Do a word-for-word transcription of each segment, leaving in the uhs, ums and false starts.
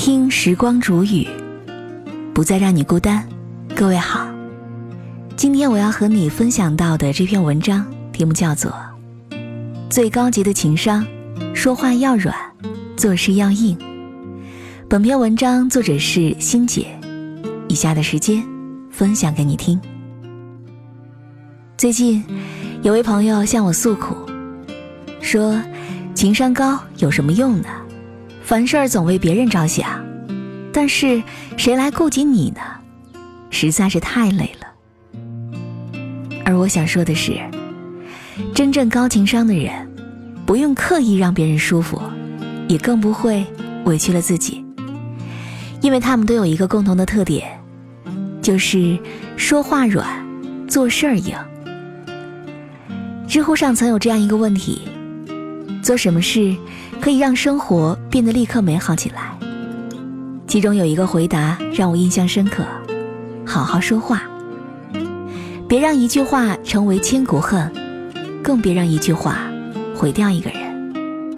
听时光煮雨，不再让你孤单。各位好，今天我要和你分享到的这篇文章题目叫做最高级的情商，说话要软，做事要硬。本篇文章作者是欣姐，以下的时间分享给你听。最近有位朋友向我诉苦，说情商高有什么用呢？凡事总为别人着想，但是谁来顾及你呢？实在是太累了。而我想说的是，真正高情商的人，不用刻意让别人舒服，也更不会委屈了自己，因为他们都有一个共同的特点，就是说话软，做事儿硬。知乎上曾有这样一个问题，做什么事可以让生活变得立刻美好起来？其中有一个回答让我印象深刻，好好说话。别让一句话成为千古恨，更别让一句话毁掉一个人。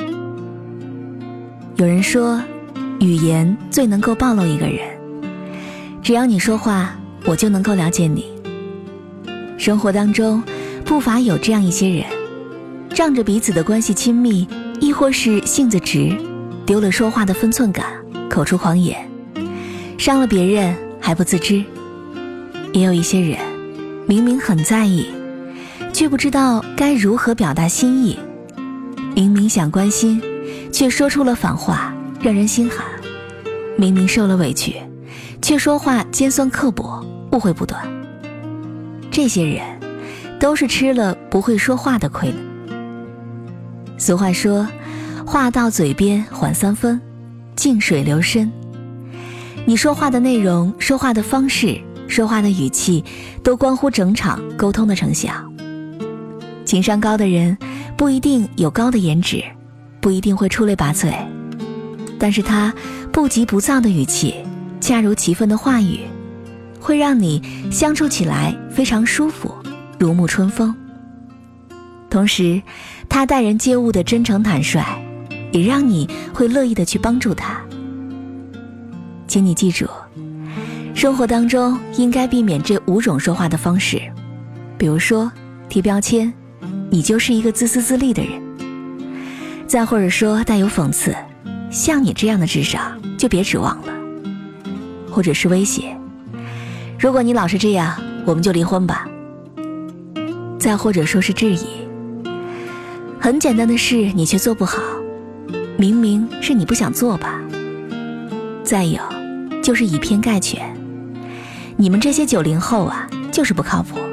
有人说，语言最能够暴露一个人，只要你说话，我就能够了解你。生活当中不乏有这样一些人，仗着彼此的关系亲密，亦或是性子直，丢了说话的分寸感，口出狂言，伤了别人还不自知。也有一些人明明很在意，却不知道该如何表达心意，明明想关心，却说出了反话，让人心寒。明明受了委屈，却说话尖酸刻薄，误会不断。这些人都是吃了不会说话的亏呢。俗话说，话到嘴边缓三分，静水流深。你说话的内容，说话的方式，说话的语气，都关乎整场沟通的成效。情商高的人不一定有高的颜值，不一定会出类拔萃，但是他不急不躁的语气，恰如其分的话语，会让你相处起来非常舒服，如沐春风。同时他待人接物的真诚坦率，也让你会乐意的去帮助他。请你记住，生活当中应该避免这五种说话的方式。比如说贴标签，你就是一个自私自利的人。再或者说带有讽刺，像你这样的智商就别指望了。或者是威胁，如果你老是这样，我们就离婚吧。再或者说是质疑，很简单的事你却做不好，明明是你不想做吧。再有就是以偏概全，你们这些九零后啊，就是不靠谱。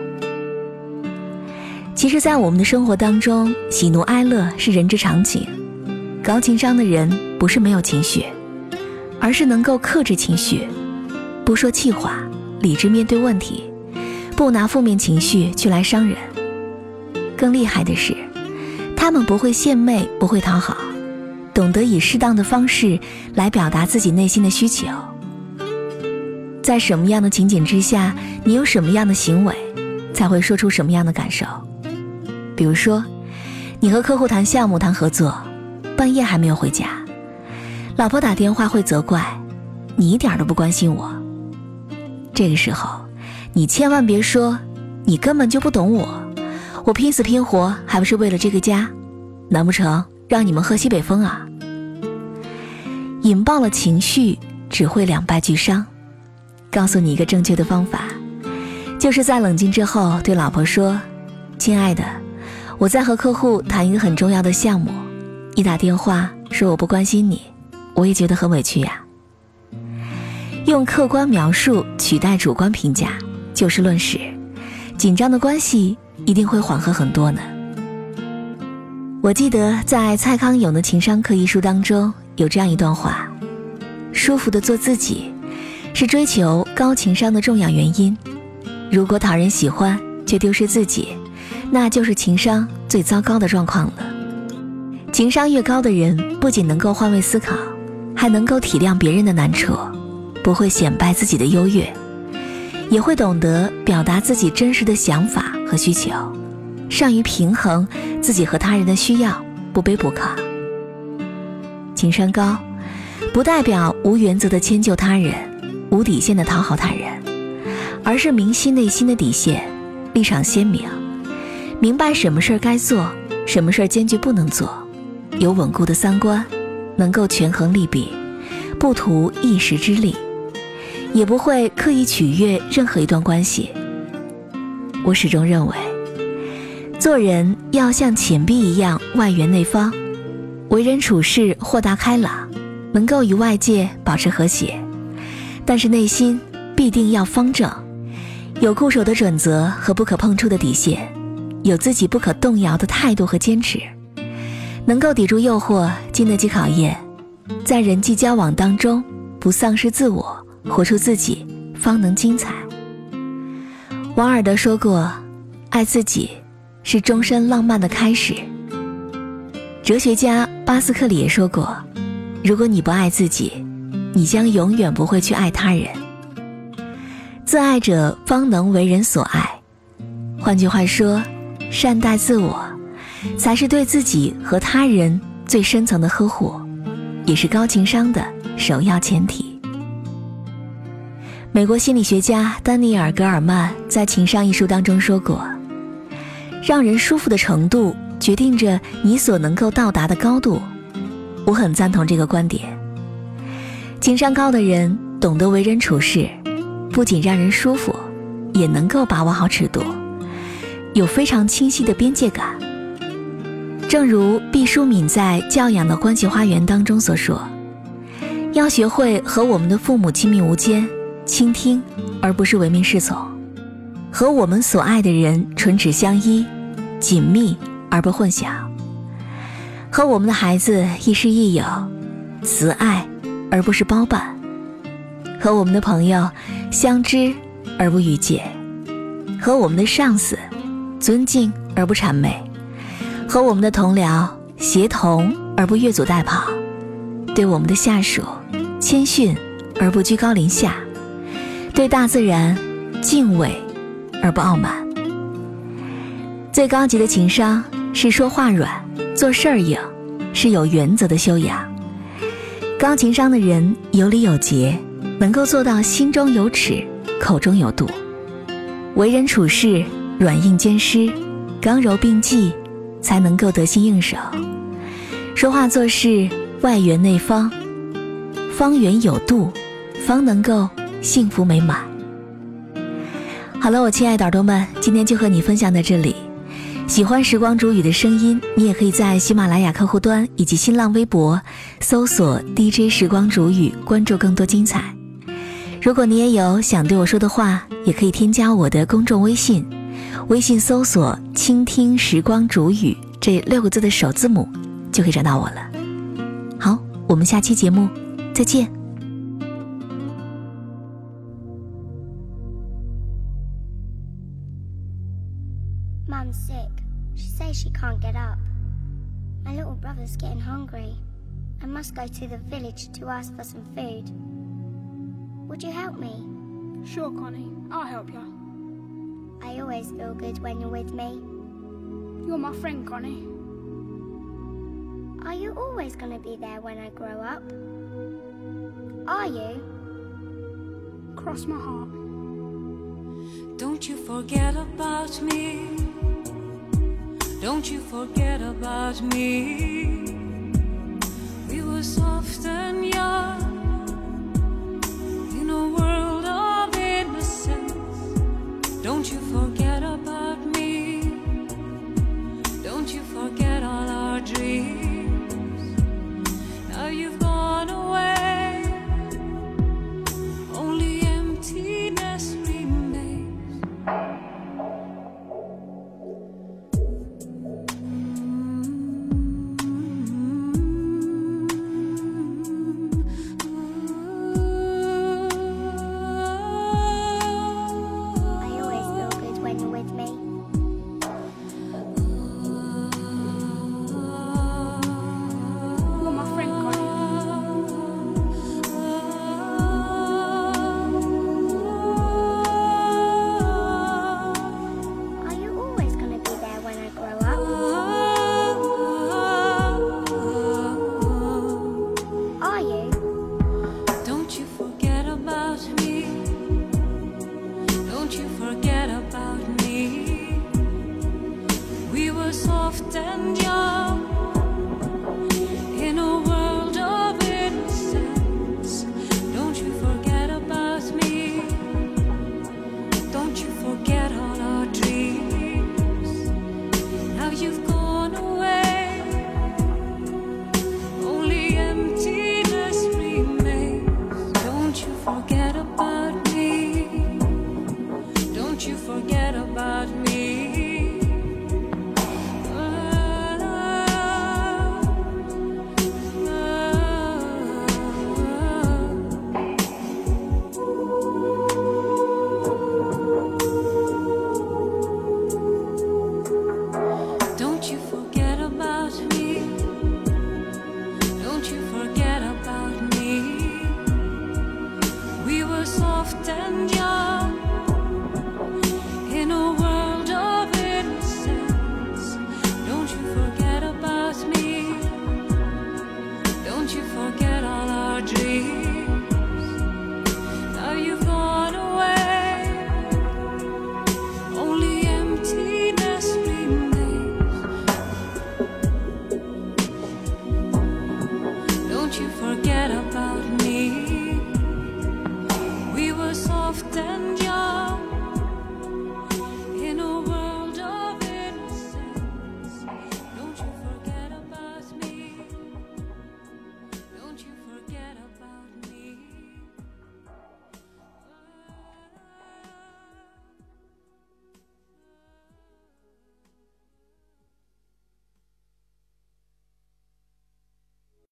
其实在我们的生活当中，喜怒哀乐是人之常情。高情商的人不是没有情绪，而是能够克制情绪，不说气话，理智面对问题，不拿负面情绪去来伤人。更厉害的是，他们不会献媚，不会讨好，懂得以适当的方式来表达自己内心的需求。在什么样的情景之下，你有什么样的行为，才会说出什么样的感受。比如说，你和客户谈项目谈合作，半夜还没有回家，老婆打电话会责怪你一点都不关心我。这个时候你千万别说你根本就不懂我，我拼死拼活还不是为了这个家，难不成让你们喝西北风啊？引爆了情绪只会两败俱伤。告诉你一个正确的方法，就是在冷静之后对老婆说，亲爱的，我在和客户谈一个很重要的项目，一打电话说我不关心你，我也觉得很委屈呀。用客观描述取代主观评价，就事论事，紧张的关系一定会缓和很多呢。我记得在蔡康永的情商课一书当中有这样一段话，舒服的做自己是追求高情商的重要原因。如果讨人喜欢却丢失自己，那就是情商最糟糕的状况了。情商越高的人，不仅能够换位思考，还能够体谅别人的难处，不会显摆自己的优越，也会懂得表达自己真实的想法和需求，善于平衡自己和他人的需要，不卑不亢。情商高不代表无原则的迁就他人，无底线的讨好他人，而是明晰内心的底线，立场鲜明，明白什么事儿该做，什么事儿坚决不能做，有稳固的三观，能够权衡利弊，不图一时之利，也不会刻意取悦任何一段关系。我始终认为，做人要像钱币一样外圆内方，为人处事豁达开朗，能够与外界保持和谐，但是内心必定要方正，有固守的准则和不可碰触的底线，有自己不可动摇的态度和坚持，能够抵住诱惑，经得起考验，在人际交往当中不丧失自我，活出自己，方能精彩。王尔德说过，爱自己是终身浪漫的开始。哲学家巴斯克里也说过，如果你不爱自己，你将永远不会去爱他人。自爱者方能为人所爱。换句话说，善待自我才是对自己和他人最深层的呵护，也是高情商的首要前提。美国心理学家丹尼尔·格尔曼在《情商》一书当中说过，让人舒服的程度决定着你所能够到达的高度。我很赞同这个观点。情商高的人懂得为人处事，不仅让人舒服，也能够把握好尺度，有非常清晰的边界感。正如毕淑敏在《教养的关系花园》当中所说，要学会和我们的父母亲密无间，倾听而不是唯命是从，和我们所爱的人唇齿相依，紧密而不混淆，和我们的孩子亦师亦友，慈爱而不是包办，和我们的朋友相知而不逾界，和我们的上司尊敬而不谄媚，和我们的同僚协同而不越俎代庖，对我们的下属谦逊而不居高临下，对大自然敬畏而不傲慢。最高级的情商是说话软，做事儿硬，是有原则的修养。高情商的人有礼有节，能够做到心中有尺，口中有度，为人处事软硬兼施，刚柔并济，才能够得心应手。说话做事外圆内方，方圆有度，方能够幸福美满。好了，我亲爱的耳朵们，今天就和你分享到这里。喜欢时光煮雨的声音，你也可以在喜马拉雅客户端以及新浪微博搜索 D J 时光煮雨，关注更多精彩。如果你也有想对我说的话，也可以添加我的公众微信，微信搜索倾听时光煮雨这六个字的首字母，就可以找到我了。好，我们下期节目再见。 Mum's sick. She says she can't get up. My little brother's getting hungry. I must go to the village to ask for some food. Would you help me? Sure, Connie. I'll help you. I always feel good when you're with me. You're my friend, Connie. Are you always going to be there when I grow up? Are you? Cross my heart. Don't you forget about me. Don't you forget about me.